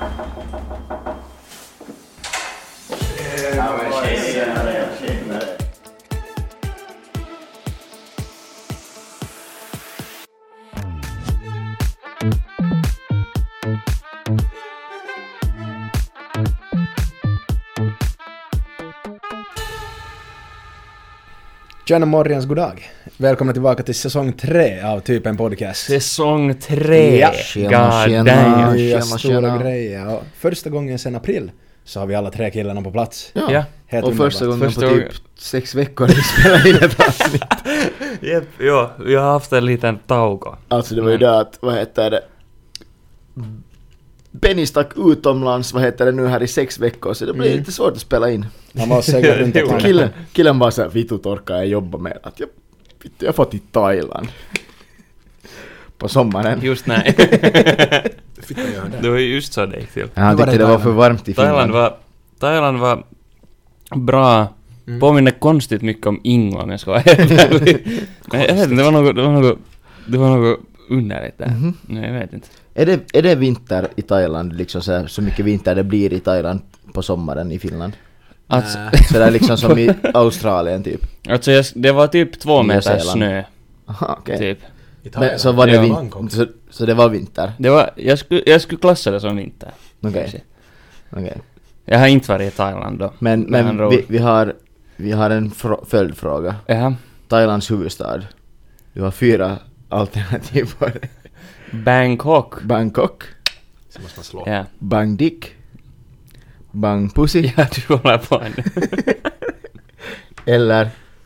Tjena morgens, god dag. Välkomna tillbaka till säsong 3 av Typen Podcast. Säsong 3! Ja. Tjena. Stora grejer. Och första gången sedan april så har vi alla 3 killarna på plats. Ja. Helt och underbart. första gången på typ 6 veckor vi spelar in ett avsnitt. Jep, ja, vi har haft en liten tauko. Alltså det var ju det att, vad heter det? Benny stack utomlands, vad heter det nu här i 6 veckor, så det blir lite svårt att spela in. Han var seglat runt ett tag. Killen bara såhär, vittu torkar jag jobba med att jag får till Thailand. På sommaren. Just nej. Det var ju just så det gick till. Han tyckte det var för varmt i Finland. Thailand var bra. Påminner konstigt mycket om Ingvar, om jag ska vara helt ärlig. Men jag vet inte, det var något underligt där. Nej, jag vet inte. Är det vinter i Thailand, liksom så mycket vinter det blir i Thailand på sommaren i Finland? Alltså, Så det är liksom som i Australien typ. alltså det var typ 2 meter Zeeland. snö. Aha, okej. Typ. Men så var det Ja. så det var vinter. Det var, jag skulle klassa det som vinter. Okej. Jag har inte varit i Thailand då. Men vi har en följdfråga. Ja. Thailands huvudstad. Du har 4 alternativ på det. Bangkok, Så måste man slå. Ja. Bangdik, Bangpussy Ja, du håller på nu. eller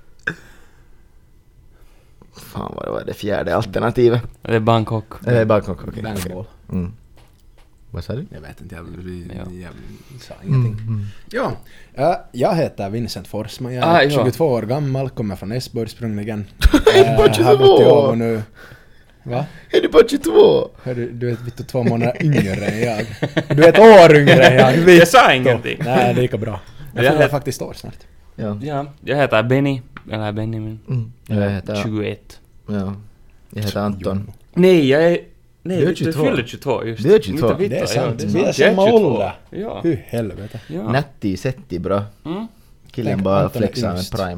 fan vad var det 4:e alternativet? Det är Bangkok. Bangkok, okej. Bangball. Mm. Vad sa du? Jag vet inte, jag sa Mm. ingenting. Ja, jag heter Vincent Forsman. Jag är 22 år gammal, kommer från Esbo ursprungligen. bara 22 har bott i Åbo nu. Va? Är du bara 22? Du är 2 månader yngre än jag. Du är ett år yngre än jag. Jag sa ingenting. Nej, det är lika bra. Jag fyller faktiskt år snart. Ja. Ja, jag heter Benny. Eller Benjamin. Jag heter 21. Ja. Jag heter Anton. Nej, jag är... Nej, Du är du 22. fyller 22 just. Du är 22. Inte Det är ja, sant. det Vi är sant. Jag samma 22. ålder. Ja. Hur helvete. Ja. Natti, setti bra. Killen Tänk, bara Anton är flexar med yngst. Prime.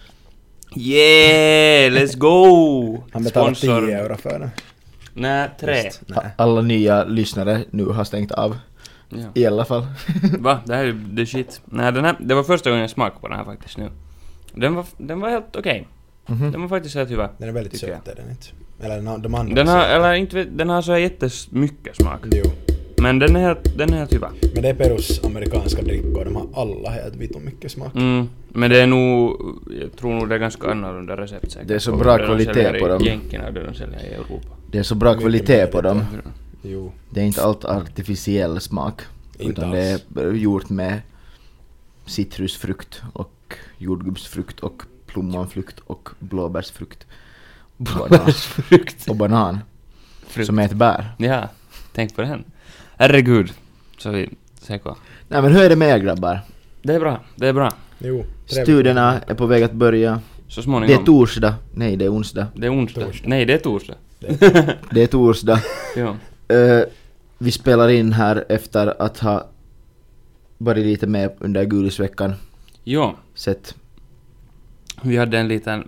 Yeah, let's go! Han betalar 10 euro för det. Nej, 3. Nej. Alla nya lyssnare nu har stängt av. Ja. I alla fall. Va? Det här är det shit. Nej, det var första gången jag smakade på den här faktiskt nu. Den var helt okej. Den var faktiskt helt hyvä. Den är väldigt tycker söt, är den inte? Eller de andra. Den har, eller inte, den har så jättemycket smak. Jo. Men den är helt hyvä. Men det är Perus amerikanska drickor. De har alla helt vitt och mycket smak. Men det är nog, jag tror nog det är ganska annorlunda recept säkert. Det är så bra kvalitet på dem. I Jänkerna och det de säljer i Europa. Det är så bra kvalitet på dem. Jo. Det är inte allt artificiell smak. Inte Utan alls. det är gjort med citrusfrukt och jordgubbsfrukt och plommonfrukt och blåbärsfrukt. Blåbärsfrukt. Och banan. Frukt. Som är ett bär. Ja, tänk på den. Herregud. Så vi säkert. Nej men hur är det med er grabbar? Det är bra. Jo. Studierna är på väg att börja. Så småningom. Det är torsdag. Nej, det är onsdag. Det är onsdag. Torsdag. Nej, det är torsdag. Det är torsdag. Ja. Vi spelar in här efter att ha varit lite med under Gulisveckan. Jo, Sett. vi hade en liten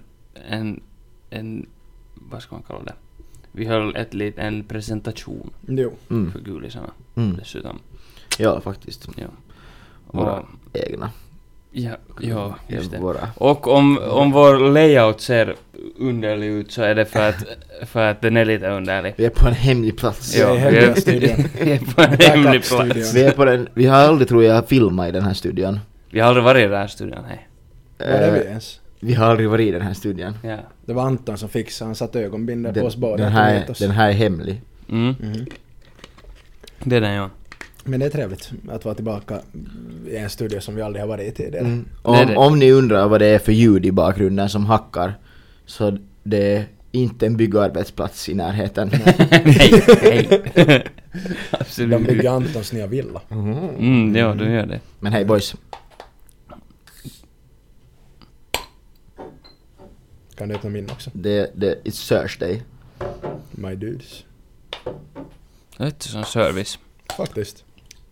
en vad ska man kalla det? Vi höll en presentation Jo. för gulisarna dessutom. Ja, faktiskt. Ja. Våra Och, egna. ja, just det. Våra. Och om vår layout ser underlig ut så är det för att den är lite underlig. Vi är på en hemlig plats. Ja, Vi är hemliga studion. Vi är på en hemlig Backup-studion. plats. Vi har aldrig, tror jag, filmat i den här studion. Vi har aldrig varit i den här studion, hej. Vad är vi ens? Vi har aldrig varit i den här studion. Ja. Det var Anton som fixade. Han satt ögonbindel på oss båda. Den här är hemlig. Det är den, ja. Men det är trevligt att vara tillbaka i en studio som vi aldrig har varit i tidigare. Om ni undrar vad det är för ljud i bakgrunden som hackar, så det är inte en byggarbetsplats i närheten. Nej. Absolut. De bygger Antons nya villa. Ja, de gör det. Men hej boys. Kan du öppna min också? It's Thursday. My dudes. Det är inte sån service. Faktiskt.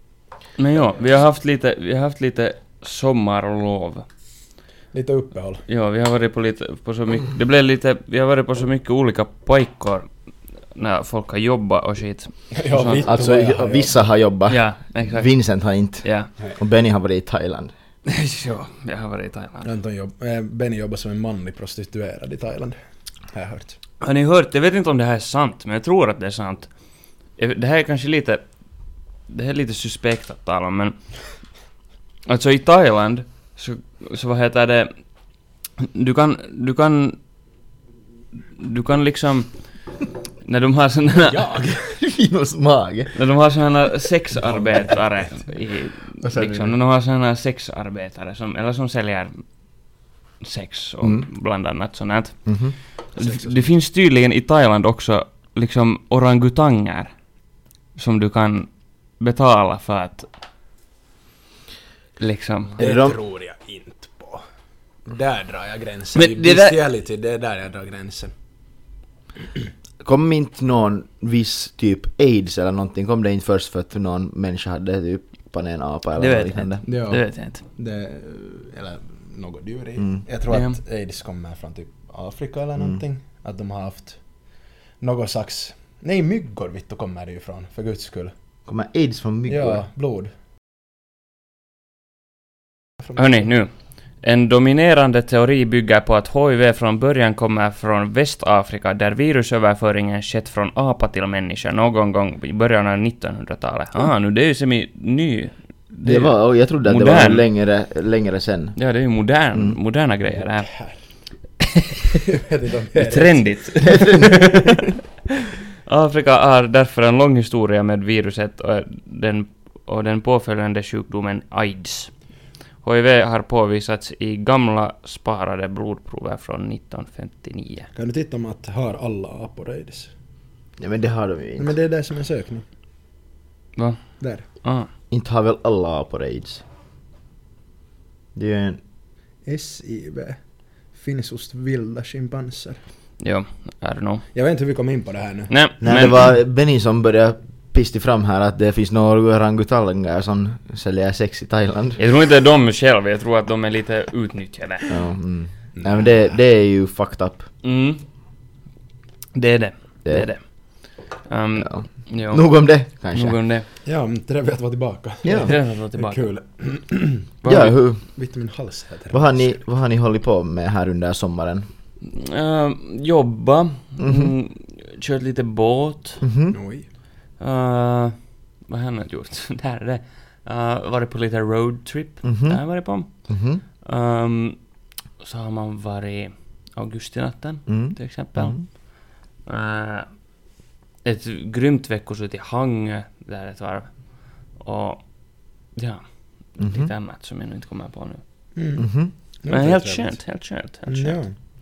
Men ja, vi har haft lite sommarlov. Lite uppehåll. Ja, vi har varit på så mycket, vi har varit på så mycket olika pojkor när folk har jobbat och skit. Ja, alltså vissa har jobbat. Ja, exakt. Vincent har inte. Ja. Och Benny har varit i Thailand. Ja, jag har varit i Thailand. Benny jobbar som en manlig prostituerad i Thailand. Har jag hört. Har ni hört? Jag vet inte om det här är sant, men jag tror att det är sant. Det här är kanske lite... Det här är lite suspekt att tala om, men... Alltså i Thailand så vad heter det... Du kan liksom... När de har såna... Vinos mage. När de har såna sexarbetare liksom, när de har såna sexarbetare som säljer sex och bland annat sånt här. Det finns tydligen i Thailand också liksom orangutanger som du kan betala för att liksom... Det tror jag inte på. Där drar jag gränsen. Men I bestiality, det är där jag drar gränsen. Kom inte någon viss typ AIDS eller någonting, kom det inte först för att någon människa hade typ en apa eller något liknande? Ja, det vet jag inte. Eller något djur i. Jag tror att AIDS kommer från typ Afrika eller någonting. Att de har haft något slags... Nej, myggor vittu kommer det ju ifrån, för guds skull. Kommer AIDS från myggor? Ja, blod. Hörni, nu. En dominerande teori bygger på att HIV från början kommer från Västafrika där virusöverföringen skett från apa till människa någon gång i början av 1900-talet. Nu det är ju semi-ny. Det var, jag trodde att modern. Det var längre sen. Ja, det är ju moderna grejer här. Det är trendigt. Afrika har därför en lång historia med viruset och den påföljande sjukdomen AIDS. HIV har påvisats i gamla sparade blodprover från 1959. Kan du titta om att har alla apor AIDS? Ja, men det har de ju inte. Men det är det som är sökning. Va? Där. Inte har väl alla apor AIDS? Det är ju en... SIV. Finns hos vilda schimpanser. Jo, I don't know. Jag vet inte hur vi kom in på det här nu. Nej, men... det var Benny som började pisti fram här att det finns några orangutanger som säljer sex i Thailand. Jag tror inte det är de själva, jag tror att de är lite utnyttjade. Ja, nej, men det är ju fucked up. Det är det. Ja. Nog om det, kanske. Nog om det. Ja, men trevligt att vara tillbaka. Ja. Trevligt att vara tillbaka. Kul. Ja, hur? Vitt min hals heter. Vad har ni hållit på med här under sommaren? Jobba. Kört lite båt. Oj. Vad har jag gjort? Där är det. Varit på lite roadtrip. Där har jag varit på. Så har man varit augustinatten till exempel. Ett grymt veckoslut i Hangö där ett varv. Och ja, lite annat som jag nu inte kommer på nu. Men helt skönt. Ja.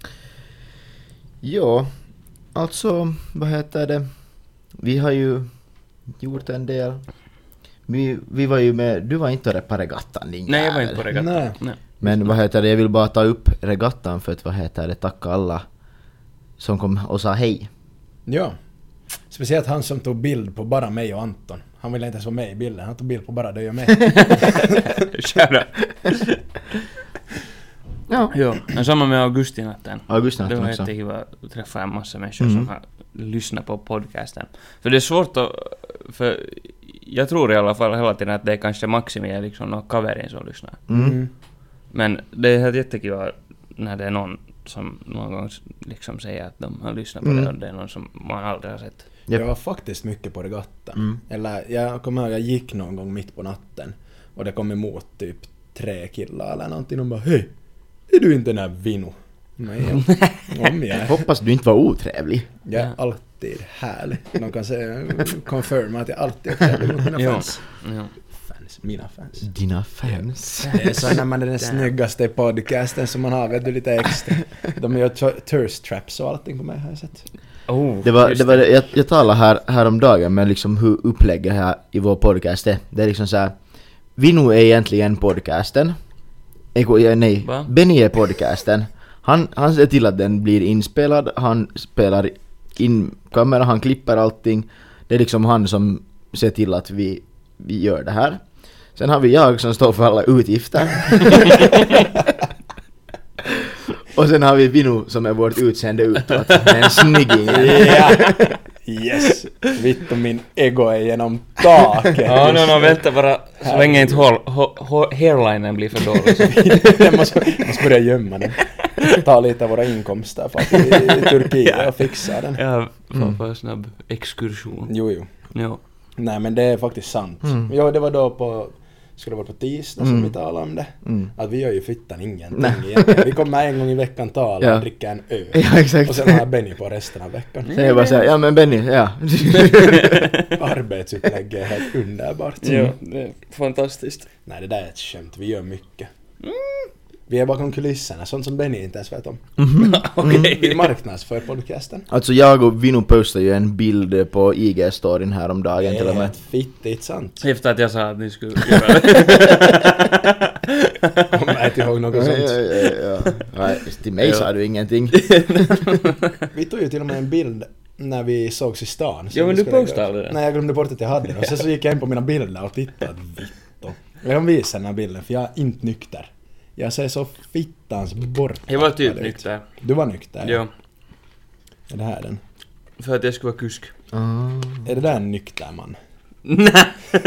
Ja, alltså, vad heter det? Vi har ju gjort en del. Vi var ju med, du var inte på regattan, din Nej, jag var inte på regattan. Nej. Men vad heter det, jag vill bara ta upp regattan för att vad heter det, tacka alla som kom och sa hej. Ja. Speciellt han som tog bild på bara mig och Anton. Han ville inte ens vara med i bilden, han tog bild på bara dig och mig. Kära. Ja. Men samma med augustinatten. Augustinatten det var också. jättekul att träffa en massa människor som har lyssnat på podcasten. För det är svårt att... För jag tror i alla fall hela tiden att det är kanske maximum liksom någon kaverin som lyssnar. Men det är helt jättekul när det är någon som någon gång liksom säger att de har lyssnat på det och det är någon som man aldrig har sett. Jag var faktiskt mycket på regattan. Eller jag kommer ihåg, jag gick någon gång mitt på natten och det kom emot typ 3 killar eller någonting och bara hej, är du inte den här Vino? Nej, om jag är. Hoppas du inte var otrevlig. Jag är alltid härlig. De kan säga, confirma att jag alltid är trevlig mot mina fans. Ja. Mina fans. Dina fans. Det är så när man är den snyggaste podcasten som man har, vet du, lite extra. De gör thirst traps och allting på mig har jag sett. Jag talade här om dagen med liksom hur upplägget här i vår podcast är. Det är liksom så här, vi nu är egentligen podcasten. Nej, Benny är podcasten. Han ser till att den blir inspelad. Han spelar in kamera, han klipper allting. Det är liksom han som ser till att vi gör det här. Sen har vi jag som står för alla utgifter. Och sen har vi Vinu som är vårt utseende utåt. En snygging. Ja. Yes. Vittu, min ego är genom taket. Ja, vänta bara. Så länge inte hairlinen blir för dålig. Jag måste börja gömma den. Ta lite av våra inkomster för att i Turkiet och fixa den. Ja, för snabb exkursion. Jo. Jo. Nej, men det är faktiskt sant. Jo, det var då skulle vara på tisdag som vi talade om det. Att vi gör ju fittan ingenting egentligen. Vi kommer en gång i veckan tala och dricka en öl. Ja, exakt. Och sen har Benny på resten av veckan. Sen jag bara säger, ja men Benny, ja. Arbetsupplägg är helt underbart. Ja, det är fantastiskt. Nej, det där är ett skämt. Vi gör mycket. Vi är bakom kulisserna, sånt som Benny inte ens vet om. Okej. Vi marknadsför podcasten. Alltså jag och Vinu postade ju en bild på IG-storyn här om dagen till och med. Det är fittigt sant. Efter att jag sa att ni skulle göra det. Om jag inte ihåg något sånt. Ja. Nej, till mig sa du ingenting. Vi tog ju till och med en bild när vi sågs i stan. Ja, men du postade aldrig det. Nej, jag glömde bort att jag hade den. Och sen så gick jag in på mina bilder och tittade. Vittu. Jag kan visa den här bilden för jag är inte nykter. Jag ser så fittans bort. Jag var typ nykter. Du var nykter? Ja. Är det här den? För att jag skulle vara kusk. Är det där en nykter man? Nej.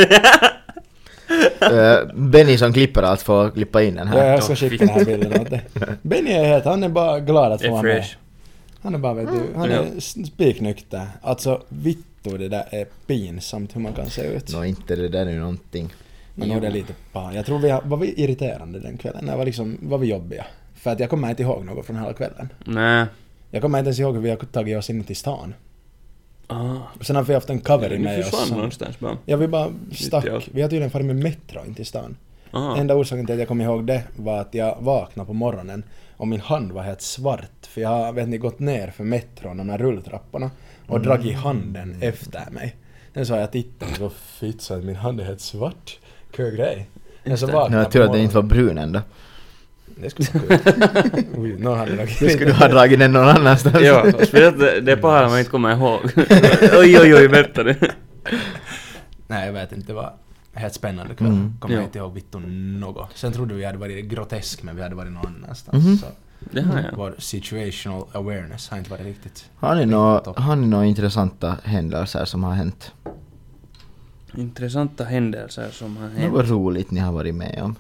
Benny som klipper allt får klippa in den här. Ja, jag ska skicka den här bilden åt dig. Benny är helt, han är bara glad att få vara med. Fresh. Han är bara, vet du, han är spiknykter. Alltså, vittu, det där är pinsamt hur man kan se ut. Nå, inte det där är ju någonting. Men nu är det lite jag tror var vi irriterande den kvällen. Nej, var vi jobbiga. För att jag kommer inte ihåg något från hela kvällen. Nej. Jag kommer inte ens ihåg hur vi har tagit oss in till stan. Ah. Sen har vi haft en cover med oss. Vi försvann någonstans bara. Ja, vi bara stack. Vi har tydligen farit med metro in till stan. Enda orsaken till att jag kom ihåg det var att jag vaknade på morgonen och min hand var helt svart. För jag har gått ner för metron, de här rulltrapporna, och dragit handen efter mig. Sen så har jag tittat och fitt så att min hand är helt svart. Kul grej. Men så vaknade jag tror att den inte var brun ändå. Det skulle vara kul. Någon hade dragit. Det skulle du ha dragit den någon annanstans. Ja, speciellt det är på här man inte kommer ihåg. oj, vänta det. Nej, jag vet inte, det var helt spännande kväll. Kommer inte ihåg vittu något. Sen trodde vi hade varit grotesk, men vi hade varit någon annanstans. Så det har jag. vår situational awareness har inte varit riktigt. Har ni några intressanta händelser som har hänt? Intressanta händelser som har hänt. Något roligt ni har varit med om?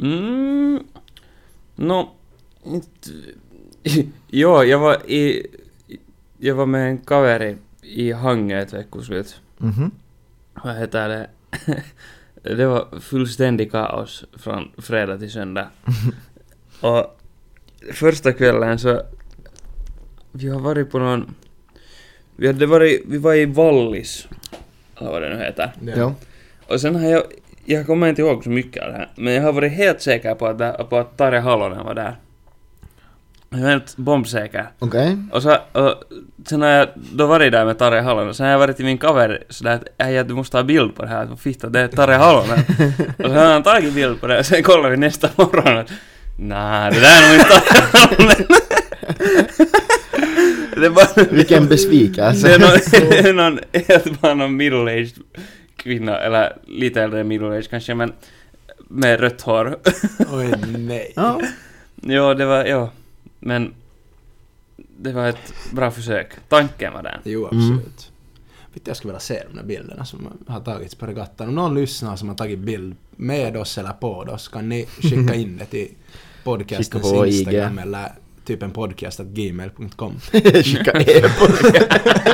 Ja, jag var med en kaveri i Hangö ett veckoslut. Vad heter det? Det var fullständig kaos från fredag till söndag. Och första kvällen så vi har varit på någon vi var i Wallis, eller vad det nu heter. Ja. Och sen har jag kommer inte ihåg så mycket av det här, men jag har varit helt säker på att Tarja Halonen var där. Jag är helt bombsäker. Okej. Och sen har jag då varit där med Tarja Halonen. Sen har jag varit till min cover sådär att du måste ha bild på det här. Att fitta, det är Tarja Halonen. Och sen har han tagit bild på det. Och sen kollar vi nästa morgon att nej, det där är nog inte Tarja Halonen. Det är bara, vilken besvikelse. Det är någon middle-aged kvinna, eller lite äldre middle-aged kanske, men med rött hår. Oj, nej. Ja, det var, men det var ett bra försök. Tanken var den. Jo, absolut. Jag skulle vilja se de där bilderna som har tagits på regattan. Om någon lyssnar som har tagit bild med oss eller på oss, kan ni skicka in det till podcastens Instagram eller typ en podcast@gmail.com. Skicka e-post.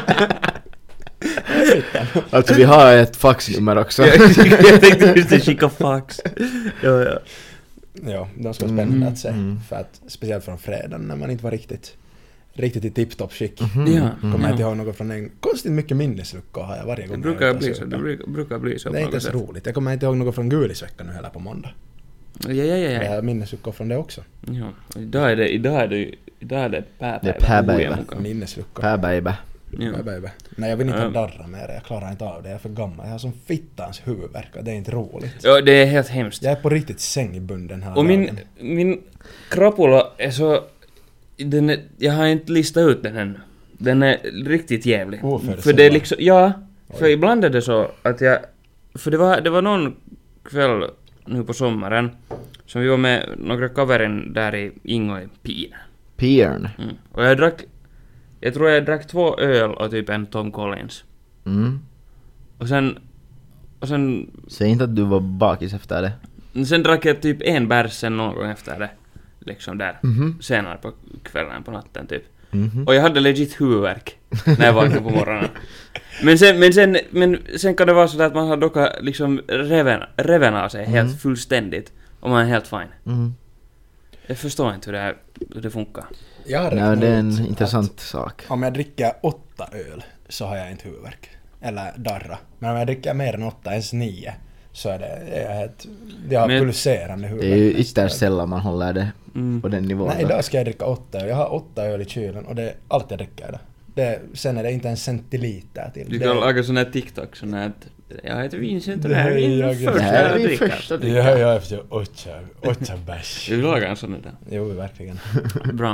Alltså vi har ett faxnummer också. Jag tänkte just det, skicka fax. Ja, de ska vara spännande att se. För att, speciellt från fredagen när man inte var riktigt i tipptopp skick. Kommer jag inte ihåg något från en konstigt mycket minnesluckor har jag varje gång. Det brukar bli så. Det är inte så roligt. Jag kommer inte ihåg något från Gulisveckan nu heller på måndag. Ja. Jag har minnesluckor från det också. Ja, idag är det pärbäivä. Minnesluckor. Pärbäivä. Ja. Nej, jag vill inte darra mer. Jag klarar inte av det. Jag är för gammal. Jag har sån fittans huvudvärk. Det är inte roligt. Ja, det är helt hemskt. Jag är på riktigt sängbunden här. Och min krapula är så... jag har inte listat ut den ännu. Den är riktigt jävlig. För det är liksom... Ja, för ibland är det så att jag... För det var någon kväll nu på sommaren som vi var med några kaverin där i Ingö i Pien. Piern. Och jag tror jag drack 2 öl och typ en Tom Collins. Och sen Säg inte att du var bakis efter det. sen drack jag typ en bärs sen någon gång efter det. Liksom där. Senare på kvällen, på natten typ. Och jag hade legit huvudvärk när jag vaknade på morgonen. Men sen kan det vara så att man har dock liksom reven av sig helt fullständigt. Och man är helt fine. Jag förstår inte hur det funkar. Jag Nej, det är en intressant sak. Om jag dricker 8 öl så har jag inte huvudvärk. Eller darra. Men om jag dricker mer än 8, ens 9, så är jag har pulserande huvudvärk. Det är ju ytterst sällan man håller det på den nivån. Nej, idag ska jag dricka 8 öl. Jag har 8 öl i kylen och det är allt jag dricker idag. Sen är det inte en centiliter till. Du kan laga sån här TikTok, sån här att jag heter Vincent och det här är min första dricka. Jag efter 8 bärs. Du vill laga en sån där? Jo, verkligen. Bra.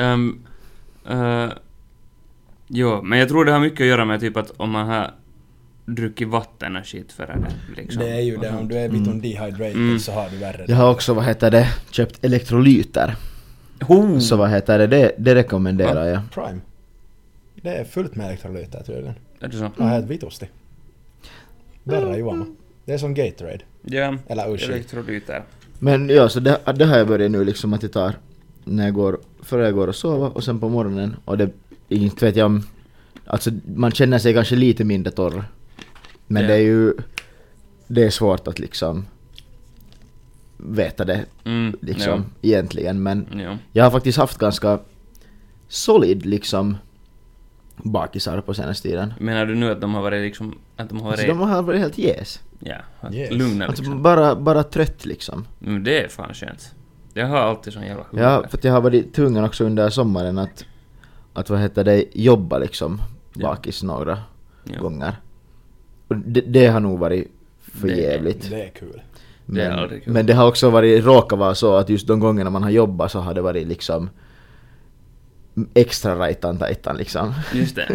Jo, men jag tror det har mycket att göra med typ att om man har druckit vatten och shit för det. Liksom. Det är ju det, om du är biton dehydrated så har du värre. Jag har också, köpt elektrolyter. Så det rekommenderar jag. Prime. Det är fullt med elektrolyter tydligen. Är det så? Och helt vitosti. Berra juoma. Det är som Gatorade. Ja, eller Ushi. elektrolyter. Men ja, så det har jag börjat nu liksom att jag tar före jag går och sova och sen på morgonen. Och det, inte vet jag om, alltså man känner sig kanske lite mindre torr. Men det är svårt att liksom veta det liksom egentligen. Men jag har faktiskt haft ganska solid liksom bakisar på senaste tiden. Menar du nu att de har varit liksom att de har varit helt Ja, lugna liksom. Alltså bara trött liksom. Men det är fan skönt. Jag har alltid sån jävla huvud. Ja, för att jag har varit tvungen också under sommaren att jobba liksom bakis några gånger. Och det har nog varit för jävligt. Det är kul. Men det har också råkat vara så att just de gångerna man har jobbat så har det varit liksom extra rajtan liksom. Just det.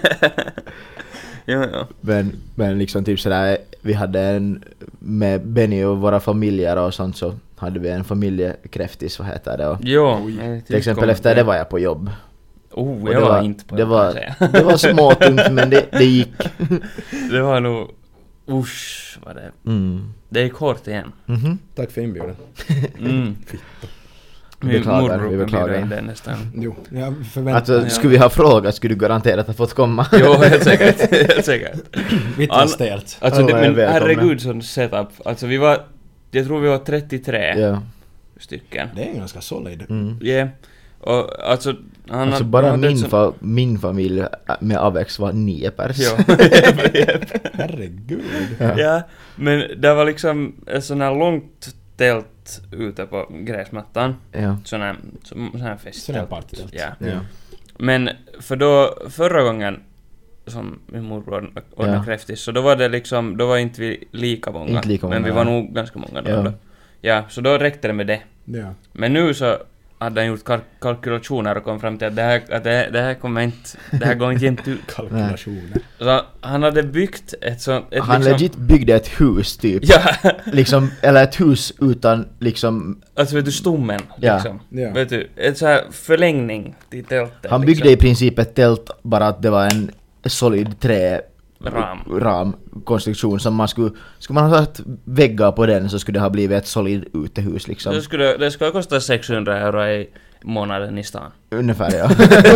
ja. Men liksom typ sådär, vi hade med Benny och våra familjer och sånt, så hade vi en familjekräftis, Och till exempel efter det var jag på jobb. Jag var inte på jobb. Det var småtungt men det gick. Det var nog vad det. Det gick hårt igen. Tack för inbjudan. Fitto. Vi beklagar. Det nästan. Jo, jag förväntar mig. Skulle vi ha frågat, skulle du garanterat ha fått komma. Jo, helt säkert. Vittnestelt. Alltså, men herregud sån setup. Alltså jag tror vi var 33 stycken. Det är ganska solid. Ja. Och alltså bara min familj med Avex var 9 pers. Ja. Herregud. Ja, men det var liksom ett sån här långt tält ute på gräsmattan. Ja. Sån här festtält. Sån här partytält. Ja. Men förra gången som min morbror ordnade kräftis, så då var det liksom, då var inte vi lika många. Men vi var nog ganska många då. Ja, så då räckte det med det. Ja. Men nu så hade han gjort kalkylationer och kom fram till att det här går inte jämnt ut. Kalkylationer. Så han hade byggt han legit byggde ett hus typ. Ja. Liksom, eller ett hus utan liksom. Alltså vet du, stommen liksom. Ja. Vet du, ett så här förlängning till tältet. Han byggde i princip ett tält, bara att det var en solid ramkonstruktion som man skulle man ha satt väggar på den, så skulle det ha blivit ett solid utehus liksom. Det skulle kosta 600 euro i månaden i stan. Ungefär, ja.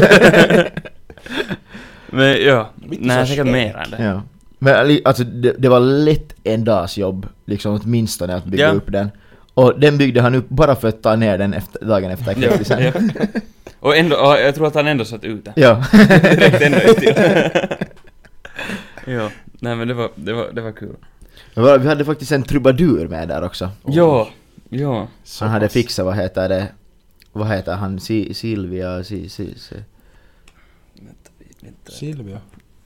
Men nej, säkert mer än det. Ja. Men alltså det var lätt en dags jobb liksom, åtminstone att bygga upp den. Och den byggde han upp bara för att ta ner den dagen efter kvällisen. Ja. Och jag tror att han ändå satt ute. Ja. Direkt ändå till. Ja, nej men det var kul. Vi hade faktiskt en trubadur med där också. Ja. Han hade fixat, vad heter han? Silvia. Vänta. Silvia.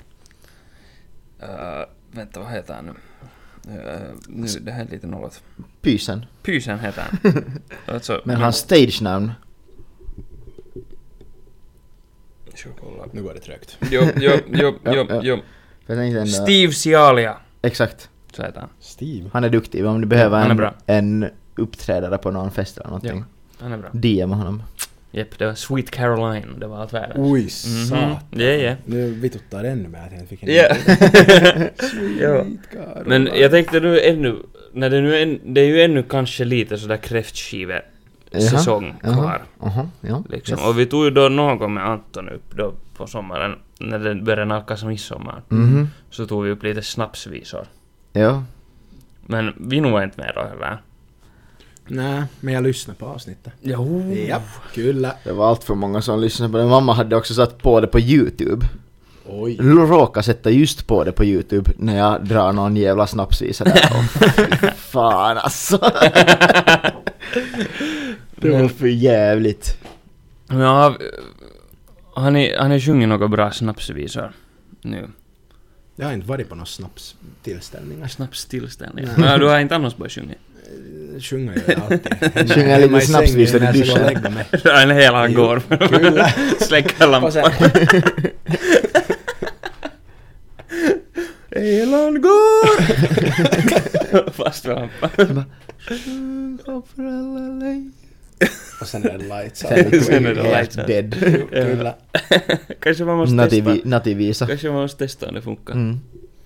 Vänta, vad heter han nu? Nu det här är lite något. Pysen heter han. Alltså, men hans stage-namn. Nu går det trögt. Jo. Steve Cialia. Exakt. Så heter han. Steve. Han är duktig. Om du behöver han är bra. en uppträdare på någon fest eller någonting. Ja, han är bra. DM honom. Japp, det var Sweet Caroline. Det var allt värre. Oj, satan. Ja. Nu vituttar ännu mer att jag inte fick en Ja. Ja. Men jag tänkte nu ännu, när det är ju ännu kanske lite sådär kräftskive säsong kvar. Ja. Liksom. Och vi tog ju då någon med Anton upp då på sommaren, när det började nalkas midsommar. Så tog vi upp lite snapsvisor. Ja. Men vi nog var inte med då heller. Nej, men jag lyssnade på avsnittet. Jo. Ja, kul. Det var allt för många som lyssnade på det. Mamma hade också satt på det på YouTube. Oj. Råkade sätta just på det på YouTube när jag drar någon jävla snapsvisa där. Fan alltså. Det var för jävligt. Ja, han är sjungit några bra snapsvisor nu. Jag har inte varit på någon snapstillställningar. Snapstillställningar. Ja, du har inte annars bara sjungit. Sjunger jag alltid. Sjunger lite snapsvisor i duschen. En hel han går. Kul. Släcka lampan. Elan går! Fast med lampan. Och sen är det lights. Sen är det lights out. Dead. Kul. Kanske man måste testa. Nativisa. Kanske man måste testa om det funkar.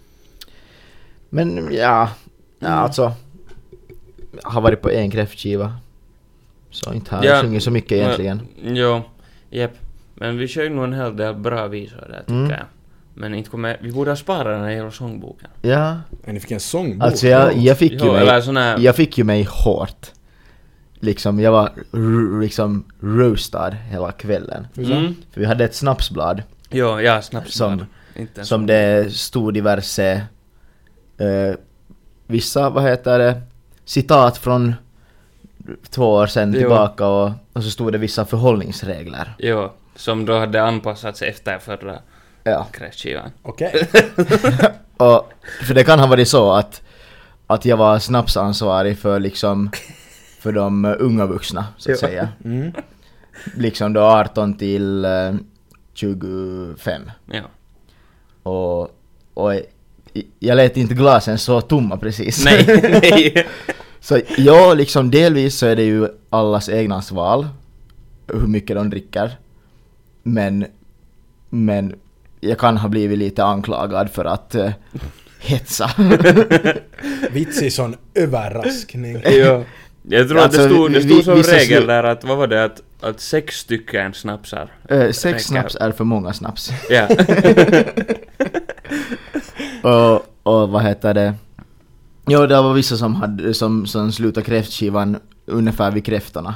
Men ja, alltså har varit på en kräftskiva. Så inte har jag sjungit så mycket egentligen. Jo, japp. Men vi sjöng nog en hel del bra visor där tycker jag. Men inte kommer, vi borde ha sparat den här hela sångboken. Ja. Men ni fick en sångbok. Alltså jag fick ju mig hårt. Liksom jag var liksom roastad hela kvällen. För vi hade ett snapsblad. Ja, snapsblad. Som det stod diverse vissa, citat från 2 år sedan tillbaka och så stod det vissa förhållningsregler. Jo, som då hade anpassats efter förra kräftskivan. Okej. Och för det kan ha varit så att jag var snapsansvarig för liksom för de unga vuxna så att säga. Liksom då 18 till 25. Ja. Och jag lät inte glasen så tomma precis. Nej. Så ja, liksom delvis så är det ju allas egnas val hur mycket de dricker. Men jag kan ha blivit lite anklagad för att hetsa. Vitsig sån överraskning. Ja. Jag tror alltså, att det stod som regel där att, vad var det, att 6 stycken snapsar. 6 snaps är för många snaps. Ja. och vad heter det? Jo, det var vissa som hade som slutade kräftskivan ungefär vid kräftorna.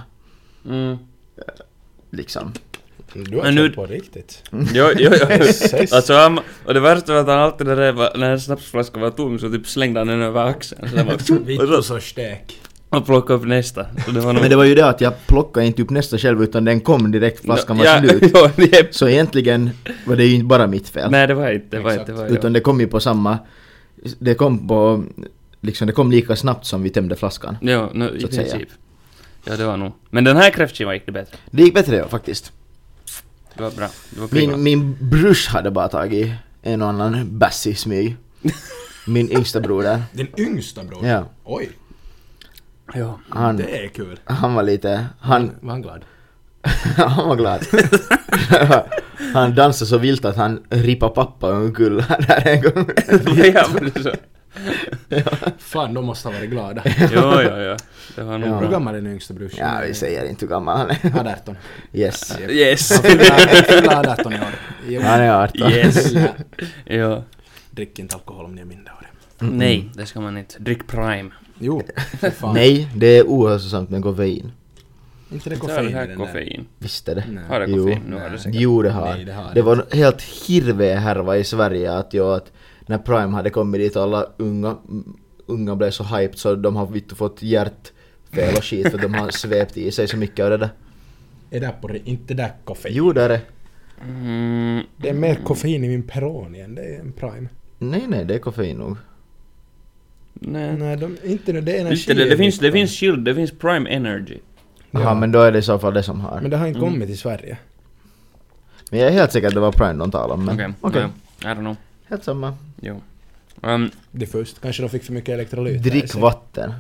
Liksom. Du har känt på riktigt. Jo. Alltså, och det värsta var att han alltid när snapsflaskan var tom så typ slängde han den över axeln. Så det var Vittu så stek. Och plocka upp nästa. Så det var nog... Men det var ju det att jag plockade inte upp nästa själv utan den kom direkt, flaskan var slut. Så egentligen var det ju inte bara mitt fel. Nej, det var inte. Utan det kom ju på samma... Det kom lika snabbt som vi tömde flaskan. Ja, i princip. Ja, det var nog. Men den här kräftskivan gick det bättre. Det gick bättre, ja, faktiskt. Det var bra. Min brors hade bara tagit en och annan bass i smyg. Min yngsta broder. Din yngsta bror? Ja. Oj. Ja. Det är kul. Han var lite... Var han glad? Han var glad. Han dansade så vilt att han rippade pappa omkull där en gång. Ja, men det så. Fan, de måste ha varit glada. Ja. Det var nog bra. Hur gammal är din yngsta bror? Ja, vi säger inte hur gammal han är. 18. Yes. Han fyller 18 i år. Han är 18. Yes. Ja. Drick inte alkohol om ni är minderåriga. Nej, det ska man inte. Drick Prime. Jo, fan. Nej, det är ohälsosamt med koffein. Inte det koffein i den koffein. Visst är det. Nej. Har det koffein? Nu har det säkert. Jo, det har. Nej, det har det var helt hirvehärva i Sverige att när Prime hade kommit dit och alla unga blev så hyped så de har fått hjärtfel och skit för de har svept i sig så mycket av det där. Är det på inte där koffein? Jo, det är det. Det är mer koffein i min Peroni än det är en Prime. Nej, det är koffein nog. Nej, inte nu, det är energi. Det finns Shield, det finns Prime Energy. Ja, men då är det i så fall det som har. Men det har inte kommit till Sverige. Men jag är helt säker att det var Prime de talade om. Okej. I don't know. Helt samma. Jo. Det först. Kanske de fick för mycket elektrolyter. Drick vatten.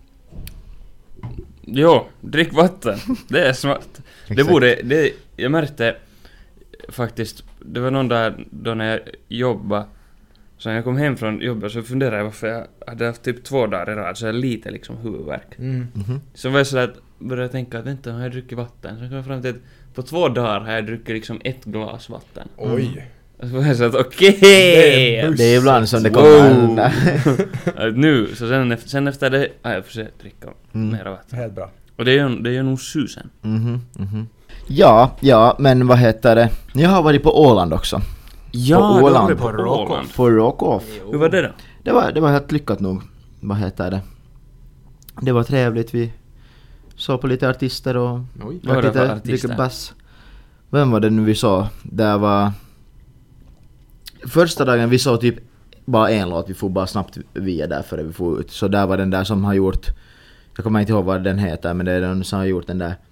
Jo, drick vatten. Det är smart. Jag märkte faktiskt, det var någon dag då när jag jobbade, så när jag kom hem från jobbet så funderade jag varför jag hade haft typ 2 dagar i rad så jag lite liksom huvudvärk. Så var jag sådär att började tänka att vänta, har jag druckit vatten? Så kom jag fram till att på 2 dagar har jag druckit liksom 1 glas vatten. Oj. Och så var jag så att okej! Det är ibland som det kommer. Nu, så sen efter det har jag försökt dricka mer vatten. Helt bra. Och det gör nog susen. Ja, men vad heter det? Jag har varit på Åland också. Ja, på Åland. du var på Åland. På Rock-Off. Hur var det då? Det var helt lyckat nog. Vad heter det? Det var trevligt. Vi såg på lite artister och Vad var det för artister? Bass. Vem var det nu vi såg? Det var första dagen vi såg typ bara en låt. Vi får bara snabbt via där före vi får ut. Så där var den där som har gjort, jag kommer inte ihåg vad den heter, men det är den som har gjort den där.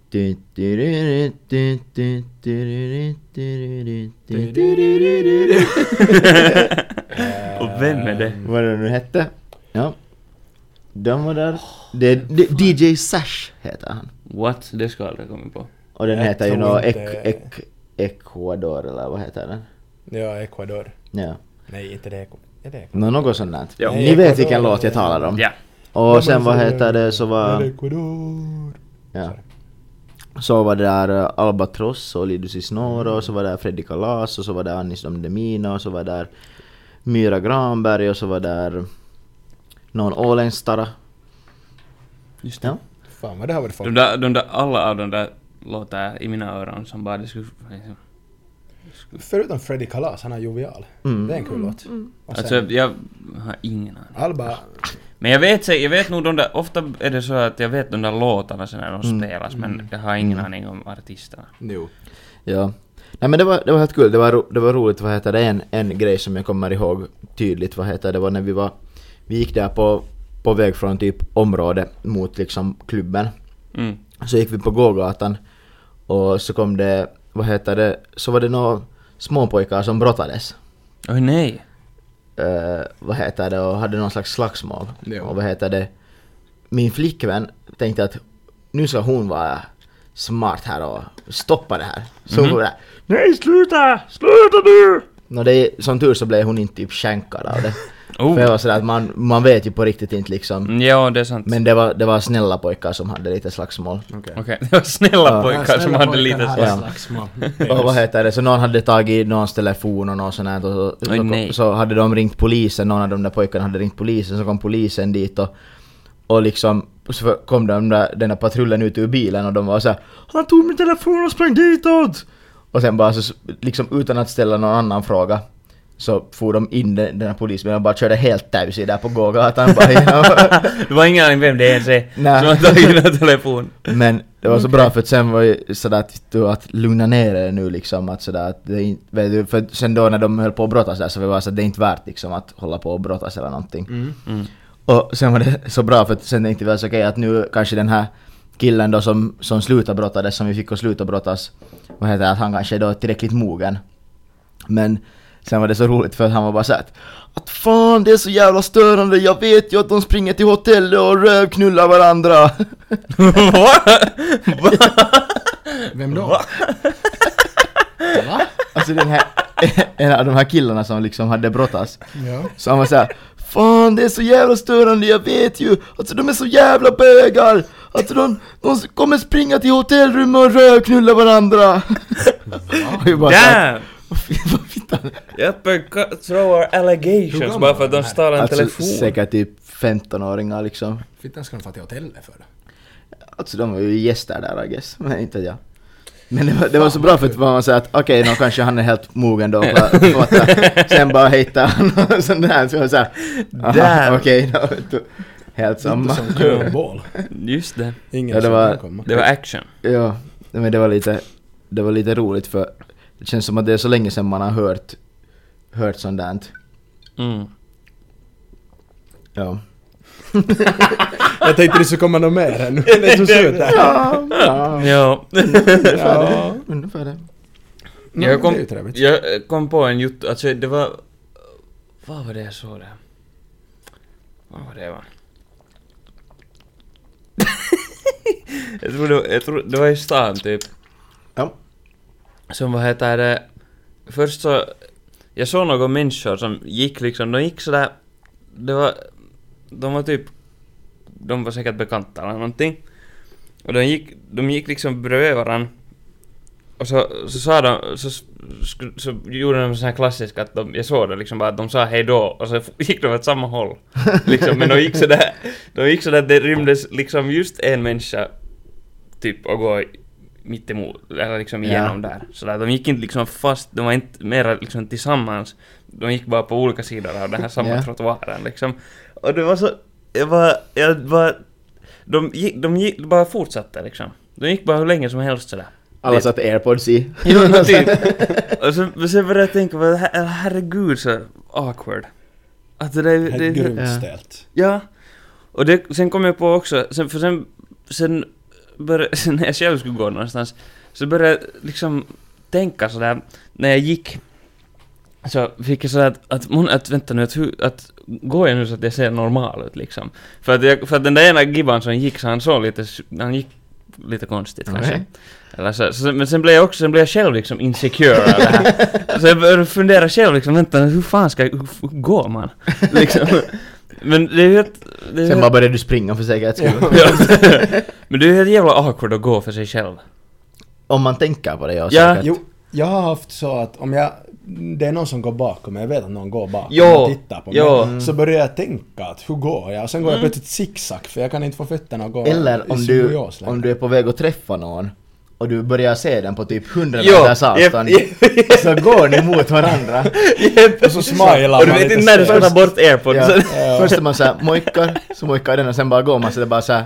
Och vem är det? Vad det nu hette? Ja. De var där. Det är DJ Sash heter han. What? Det ska jag aldrig komma på. Och den Jag heter ju tror nå inte- Ecuador eller vad heter den? Ja, Ecuador. Ja. Nej, inte det. Är det? Något sånt där. Ja. Ni Nej, vet Ecuador. vilken låt jag talar om. Ja. Och sen vad heter det så var... Ecuador. Ja. Så var det där Albatross och Lidus i Snor och så var där Freddy Kalas och så var det Anis Dom Demina och så var där Myra Granberg och så var där någon ålängstara. Just det. Ja. Fan vad det har varit folk. De där, alla av de där låtar i mina öron som bara det skulle... Förutom Freddy Kalas, han är jovial. Det är en kul låt. Och Alltså sen, jag har ingen aning. Alba, Men jag vet nog de där, ofta är det så att jag vet de där låtarna sen när de spelas, men jag har ingen aning om artisterna. jo. Ja. Nej men det var helt kul. Det var roligt, vad heter det, en grej som jag kommer ihåg tydligt, vad heter det, var när vi gick där på väg från typ område mot liksom klubben. Så gick vi på gågatan och så kom det, vad heter det, så var det några småpojkar som brottades. Oj nej. Vad heter det, och hade någon slags slagsmål. Ja. Och vad heter det, min flickvän tänkte att nu ska hon vara smart här och stoppa det här. Så hon var där, nej sluta nu! Nå som tur så blev hon inte typ skänkad av det. För jag var sådär att man vet ju på riktigt inte liksom. Ja, det är sant. Men det var snälla pojkar som hade lite slagsmål. Okej, det var snälla pojkar som hade lite Ja. slagsmål. Och vad heter det, så någon hade tagit någons telefon och något sånt här, och så hade de ringt polisen, någon av de där pojkarna hade ringt polisen, så kom polisen dit och liksom så kom den där patrullen ut ur bilen och de var så här, han tog min telefon och sprang ditåt. Och sen bara så liksom utan att ställa någon annan fråga så får de in den här polisen och bara körde helt tävs där på gågatan bara genom. Det var ingen aning vem det ens är Nej. som har tagit den telefon. Men det var så bra för att sen var ju sådär att lugna ner det nu liksom, att sådär att det inte, vet du, för sen då när de höll på att brottas där så var det så att det är inte värt liksom att hålla på och brottas eller någonting. Och sen var det så bra för att sen tänkte vi alltså okej, att nu kanske den här killen då som slutar brottades, som vi fick att sluta brottas, vad heter det, att han kanske är då tillräckligt mogen. Men sen var det så roligt för att han var bara så att fan det är så jävla störande, jag vet ju att de springer till hotellet och rövknullar varandra. Vem då? Va? Alltså den här, en av de här killarna som liksom hade brottats. Ja. Så han var såhär, fan det är så jävla störande, jag vet ju. Alltså de är så jävla bögar. Alltså de kommer springa till hotellrum och rövknulla varandra. Och jag bara Damn! vad fittan? Jeppe throw our allegations bara för att de stal en Alltså telefon. säkert typ 15-åringar liksom. Fittan ska de få till hotellet för det. Alltså de var ju gäster där I guess, men inte jag. Men det var så bra för att man säger att okej, nu kanske han är helt mogen då för att sen bara hitta han och sån där, så jag så här, okej, då helt samma. Inte som curveball. Just det. Ingen Ja, det som var- kan komma. Det var action. Ja, men det var lite roligt för det känns som att det är så länge sedan man har hört sånt där. Ja. Jag tänkte det skulle komma något mer än det är så slut där. Ja. Ungefär det. Det är ju trevligt. Jag kom på en jut, alltså det var Vad var det jag såg där? Vad var det va? jag tror det var i stan typ. Ja. Som vad heter det? Först så jag såg några människor som gick liksom, de gick sådär, de var säkert bekanta eller någonting. Och de gick liksom bredvid varann. Och så sa de, så gjorde de så här klassiskt att jag såg det liksom bara att de sa hej då och så gick de åt samma håll. Liksom, men de gick sådär att det rymdes liksom just en människa typ och gå mitt emot, eller liksom igenom där. Så där, de gick inte liksom fast, de var inte mera liksom tillsammans. De gick bara på olika sidor av den här samma trottoaren liksom. Och det var så, de gick bara fortsatte liksom. De gick bara hur länge som helst sådär. Alla satt AirPods i. Jo, typ. Och så började jag tänka, herregud så awkward. Att det är grymt stelt. Ja. Och sen kom jag på också, sen när jag själv skulle gå någonstans, så började jag liksom tänka sådär, när jag gick, så fick jag sådär att vänta nu, att går jag nu så att jag ser normal ut liksom. För att den där ena gibban som gick, så han gick lite konstigt kanske. Eller så, men sen blev jag själv liksom insecure av det här. Så jag började fundera själv liksom, vänta, hur fan hur går man? Liksom. Men det är ju sen bara började du springa för säkerhets skull. Ja. Men det är ju helt jävla awkward att gå för sig själv. Om man tänker på det, ja. Säkert. Jo, jag har haft så att om det är någon som går bakom mig, jag vet att någon går bakom och tittar på mig, så börjar jag tänka att hur går jag? Och sen går jag plötsligt zigzag för jag kan inte få fötterna att gå. Eller om du är på väg att träffa någon och du börjar se den på typ 100 meters avstånd, så går ni mot varandra. Och så smilar och du vet inte när du ska ta bort AirPods. Först är man såhär så mojkar den och sen bara går man så det är bara såhär,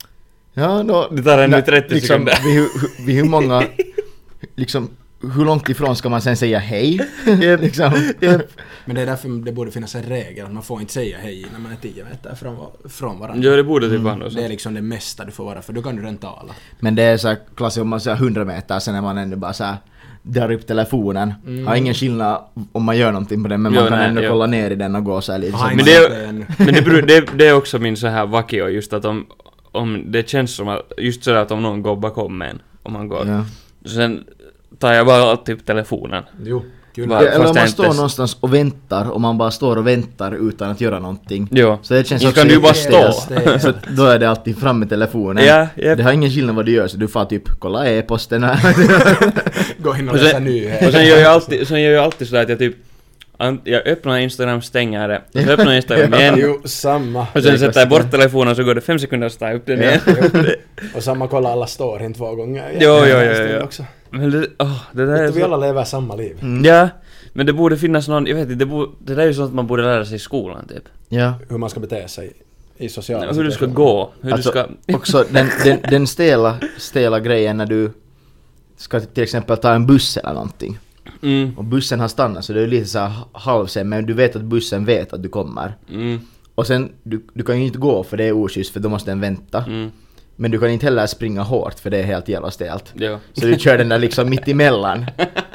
det tar en 30 liksom, sekunder. Vid hur många liksom, hur långt ifrån ska man sen säga hej? Liksom. Men det är därför det borde finnas en regel att man får inte säga hej när man är 10 meter från varandra. Ja, det borde typ vara det är liksom det mesta du får vara, för då kan du inte tala. Men det är så här klassiskt om man säger 100 meter, sen är man ändå bara så här, drar upp telefonen. Har ingen skillnad om man gör någonting på den, men man kan ändå kolla ner i den och gå så här lite. Men det är också min så här vakio, just att om det känns som att just så att om någon går bakom en, om man går, sen tar jag bara alltid upp telefonen. Jo, kul. Eller om man står någonstans och väntar, och man bara står och väntar utan att göra någonting. Jo. Så det känns så också kan du bara stå. Så då är det alltid fram med telefonen. Ja, yep. Det har ingen skillnad vad du gör, så du får typ kolla e-posten här. Gå in och läsa nyheter. Och sen gör jag alltid så att jag typ jag öppnar Instagram, stänger det. Så öppnar Instagram igen. Jo, samma. Och sen sätter jag bort telefonen, så går det 5 sekunder att ta upp den igen. Och samma kolla alla storyn 2 gånger. Jo. Men det där är vi alla lever samma liv. Ja, men det borde finnas någon, jag vet inte, det där är ju sånt man borde lära sig i skolan typ. Ja. Hur man ska bete sig i sociala hur du ska gå, hur alltså, du ska... också den stela grejen när du ska till exempel ta en buss eller någonting. Och bussen har stannat, så det är lite så här halvsen, men du vet att bussen vet att du kommer. Och sen, du kan ju inte gå för det är oschysst, för då måste den vänta. Men du kan inte heller springa hårt, för det är helt jävla stelt. Ja. Så du kör den där liksom mitt emellan.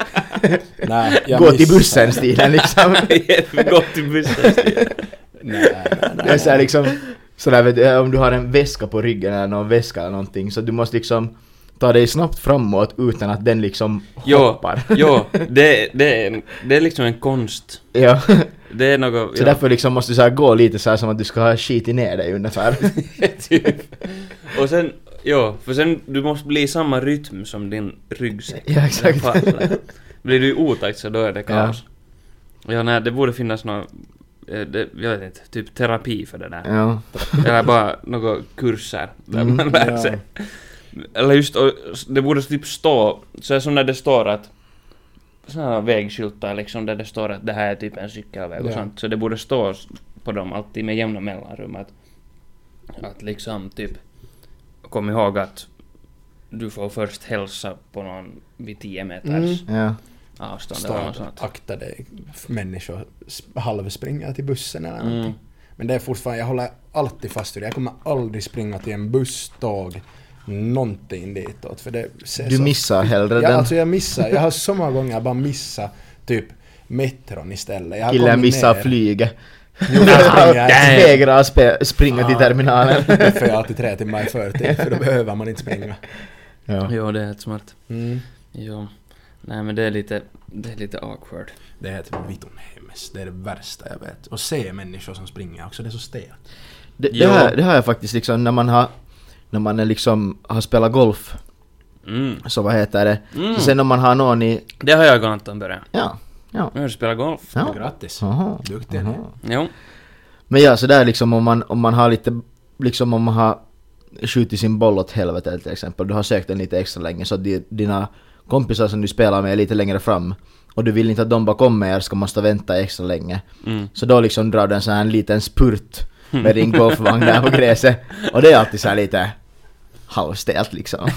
Nej, gå till bussen-stilen liksom. Gå till bussen-stilen. Nej. Det är så här liksom, sådär, vet du, om du har en väska på ryggen eller någon väska eller någonting, så du måste liksom ta dig snabbt framåt utan att den liksom hoppar. Jo, det är liksom en konst. Ja. Det är något... Så därför liksom måste du så här gå lite så här som att du ska ha skit i ner dig ungefär. Typ. Och sen, för sen du måste bli i samma rytm som din ryggsäck. Ja, exakt. Blir du i otakt, så då är det kaos. Ja, nej, det borde finnas någon... jag vet inte, typ terapi för det där. Ja. Eller bara några kurser där man lär sig. Eller just, det borde typ stå, så är som när det står att sådana vägskyltar liksom, där det står att det här är typ en cykelväg och sånt, så det borde stå på dem alltid med jämna mellanrum att liksom typ kom ihåg att du får först hälsa på någon vid 10 meters avstånd eller något sånt. Akta dig, människor halvspringer till bussen eller någonting. Men det är fortfarande, jag håller alltid fast vid det. Jag kommer aldrig springa till en busståg någonting ditåt, för det ser du missar hellre den. Alltså jag har så många gånger bara missat typ metron istället. Jag har Killen kommit missar ner. flyget. Jo, jag Vägrar springa till terminalen. Därför är jag alltid 3 timmar i förtid, för då behöver man inte springa. Ja. Jo, det är helt smart. Mm. Jo. Nej, men det är lite awkward. Det är typ vitun hemskt. Det är det värsta jag vet. Och se människor som springer också, det är så stelt. Det har jag faktiskt liksom när man är liksom har spelat golf. Så vad heter det? Så sen om man har någon i... Det har jag och Anton börjat. Ja. Nu har du spelat golf. Ja. Grattis. Aha. Duktig. Jo. Men ja, så där liksom om man har lite liksom om man har skjutit sin boll åt helvete till exempel, du har sökt den lite extra länge så dina kompisar som du spelar med är lite längre fram och du vill inte att de bara kommer er ska man stå och vänta extra länge. Så då liksom drar du en sån här liten spurt med din golfvagn där på gräset och det är alltid så här lite halvstelt liksom.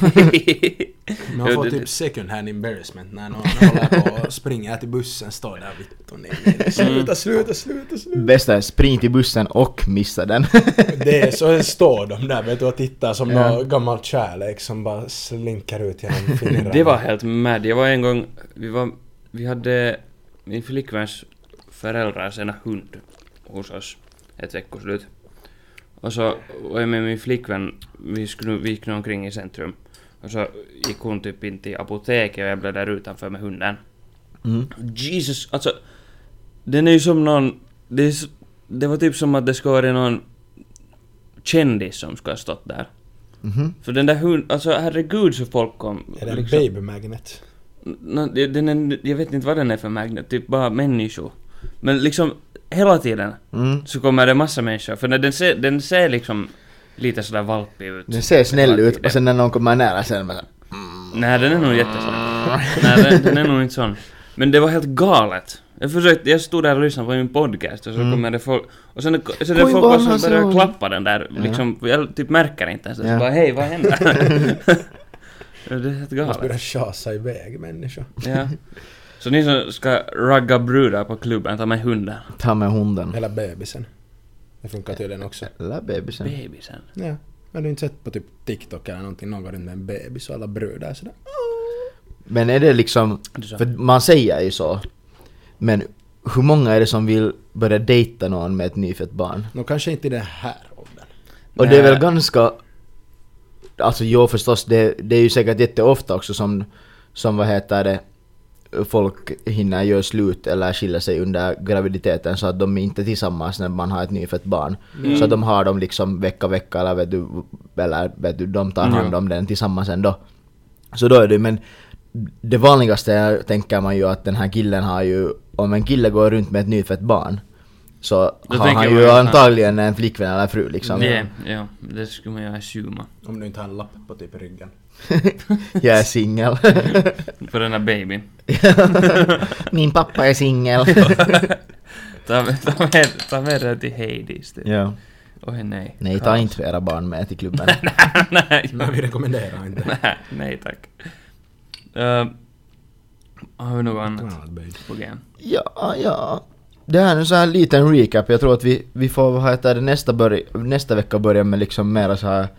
Man får typ second hand embarrassment när någon håller på och springer till bussen, står där vitt och nej. Sluta. Bästa är spring till bussen och missa den. Det är så står de där vet du och tittar som någon gammal kärlek som bara slinkar ut genom fingrarna. Det var helt mad. Jag var en gång, vi hade min flickväns föräldrar sina hund hos oss ett veckoslut. Och så var jag med min flickvän, vi gick omkring i centrum. Och så gick hon typ in till apoteket och jag blev där utanför med hunden. Jesus, alltså den är ju som någon, det var typ som att det skulle vara någon kändis som ska ha stått där. För den där hunden, alltså herregud så folk kom. Är det en liksom, baby magnet? Jag vet inte vad den är för magnet, typ bara människor. Men liksom hela tiden så kommer det massa människor. För när den ser liksom lite sådär valpig ut. Den ser snäll ut och sen när någon kommer nära sen bara... Nej, den är nog jättesnäll. Nej, den är nog inte sån. Men det var helt galet. Jag stod där och lyssnade på min podcast och så kommer det folk... Och sen är det folk bara som börjar klappa den där. Liksom, jag typ märker inte ens. Så bara, hej, vad händer? Det är helt galet. Man börjar tjasa iväg människor. Ja. Så ni som ska ragga brudar på klubben, ta med hunden. Ta med hunden. Eller bebisen. Det funkar tydligen också. Eller bebisen. Bebisen. Ja. Har du inte sett på typ TikTok eller någonting någon går runt med en bebis och alla brudar sådär. Men är det liksom... För man säger ju så. Men hur många är det som vill börja dejta någon med ett nyfött barn? Nå kanske inte i den här åldern. Och det är väl ganska... Alltså jo förstås, det är ju säkert jätteofta också som vad heter det, folk hinner göra slut eller skilja sig under graviditeten så att de är inte tillsammans när man har ett nyfött barn. Så att de har dem liksom vecka eller vet du de tar hand om den tillsammans ändå. Så då är det, men det vanligaste tänker man ju att den här killen har ju, om en kille går runt med ett nyfött barn så då har han ju antagligen en flickvän eller fru liksom. Ja, det skulle man ju assuma. Om du inte har en lapp på typ ryggen. Jag är singel. För den här babyn. Min pappa är singel. Ta med det till Hades. Ja. Nej. Nej, ta inte flera barn med till klubben. Nej. Men vi rekommenderar inte. Nej tack. Har vi något annat på gen? Ja. Det här är en så här liten recap. Jag tror att vi får vad heter det, nästa vecka börja med liksom mera så här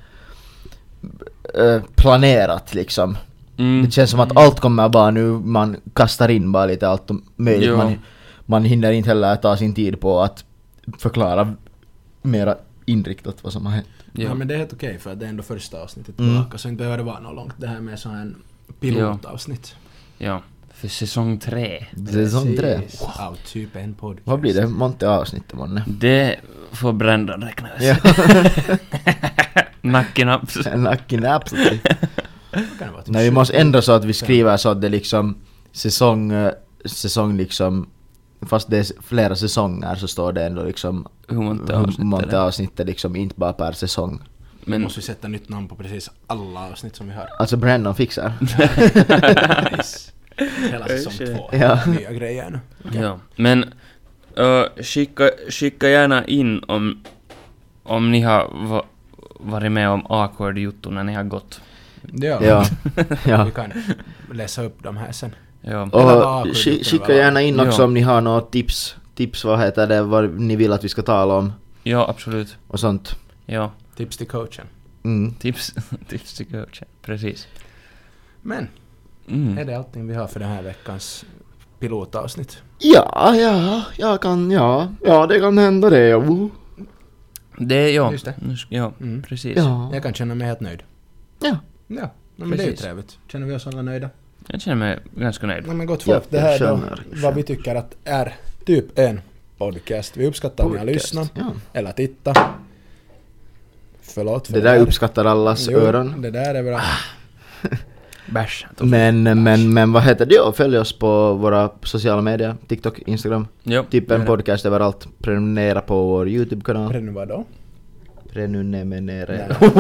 planerat liksom. Det känns som att allt kommer bara nu, man kastar in bara lite allt möjligt. Man hinner inte heller ta sin tid på att förklara mera inriktat vad som har hänt. Ja, men det är helt okej för att det är ändå första avsnittet tillbaka så inte behöver det vara något långt. Det här med så en pilotavsnitt. Ja, för säsong 3. Säsong 3. Av typ en podcast. Vad blir det? Monte avsnitt månne? Det får Brandon räkna ut. Ja. Nackinaps. Nackinaps. Nej, vi måste ändra så att vi skriver så att det liksom säsong liksom, fast det är flera säsonger så står det ändå liksom hur många avsnitt är liksom, inte bara per säsong. Men måste vi sätta nytt namn på precis alla avsnitt som vi har. Alltså Brandon fixar. Nice. Hela säsong 2. Ja. Nya grejer nu. Okay. Ja, men skicka gärna in om ni har varit med om awkward juttu när ni har gått. Ja. Vi kan läsa upp dem här sen. Ja. Och skicka gärna in också om ni har några tips vad heter det, vad ni vill att vi ska tala om. Ja, absolut. Och sånt. Ja. Tips till coachen. Tips till coachen, precis. Men är det allting vi har för den här veckans pilotavsnitt. Ja, det kan hända det. Ja. Det ja. Just det. Ja, precis. Ja. Jag kan känna mig helt nöjd. Ja. Ja, men det är ju Precis. trevligt. Känner vi oss alla nöjda? Jag känner mig ganska nöjd. Ja, men gott folk, det här då, känner. vad vi tycker att är typ en podcast. Vi uppskattar om ni har lyssnat Ja. eller titta. Förlåt för Det där uppskattar allas Jo, öron. det där är bra. Bärs. Men vad heter det? Ja, följ oss på våra sociala medier. TikTok, Instagram. Jo. Typ en podcast överallt. Prenumerera på vår YouTube-kanal. Vad då? Prenumerera.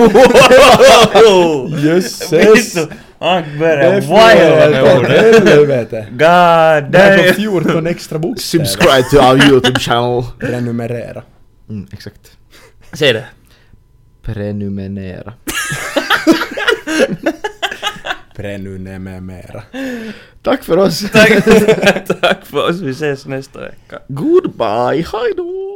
Jösses! Han Det börjar är vajla med fel, ordet. helvete. God Det är damn. på 14 extra bokstäver. Subscribe to our YouTube channel. Prenumerera. Exakt. Säg det. Prenumerera. Prenumerera. Tack för oss. Tack för oss. Vi ses nästa vecka. Goodbye. Hej då.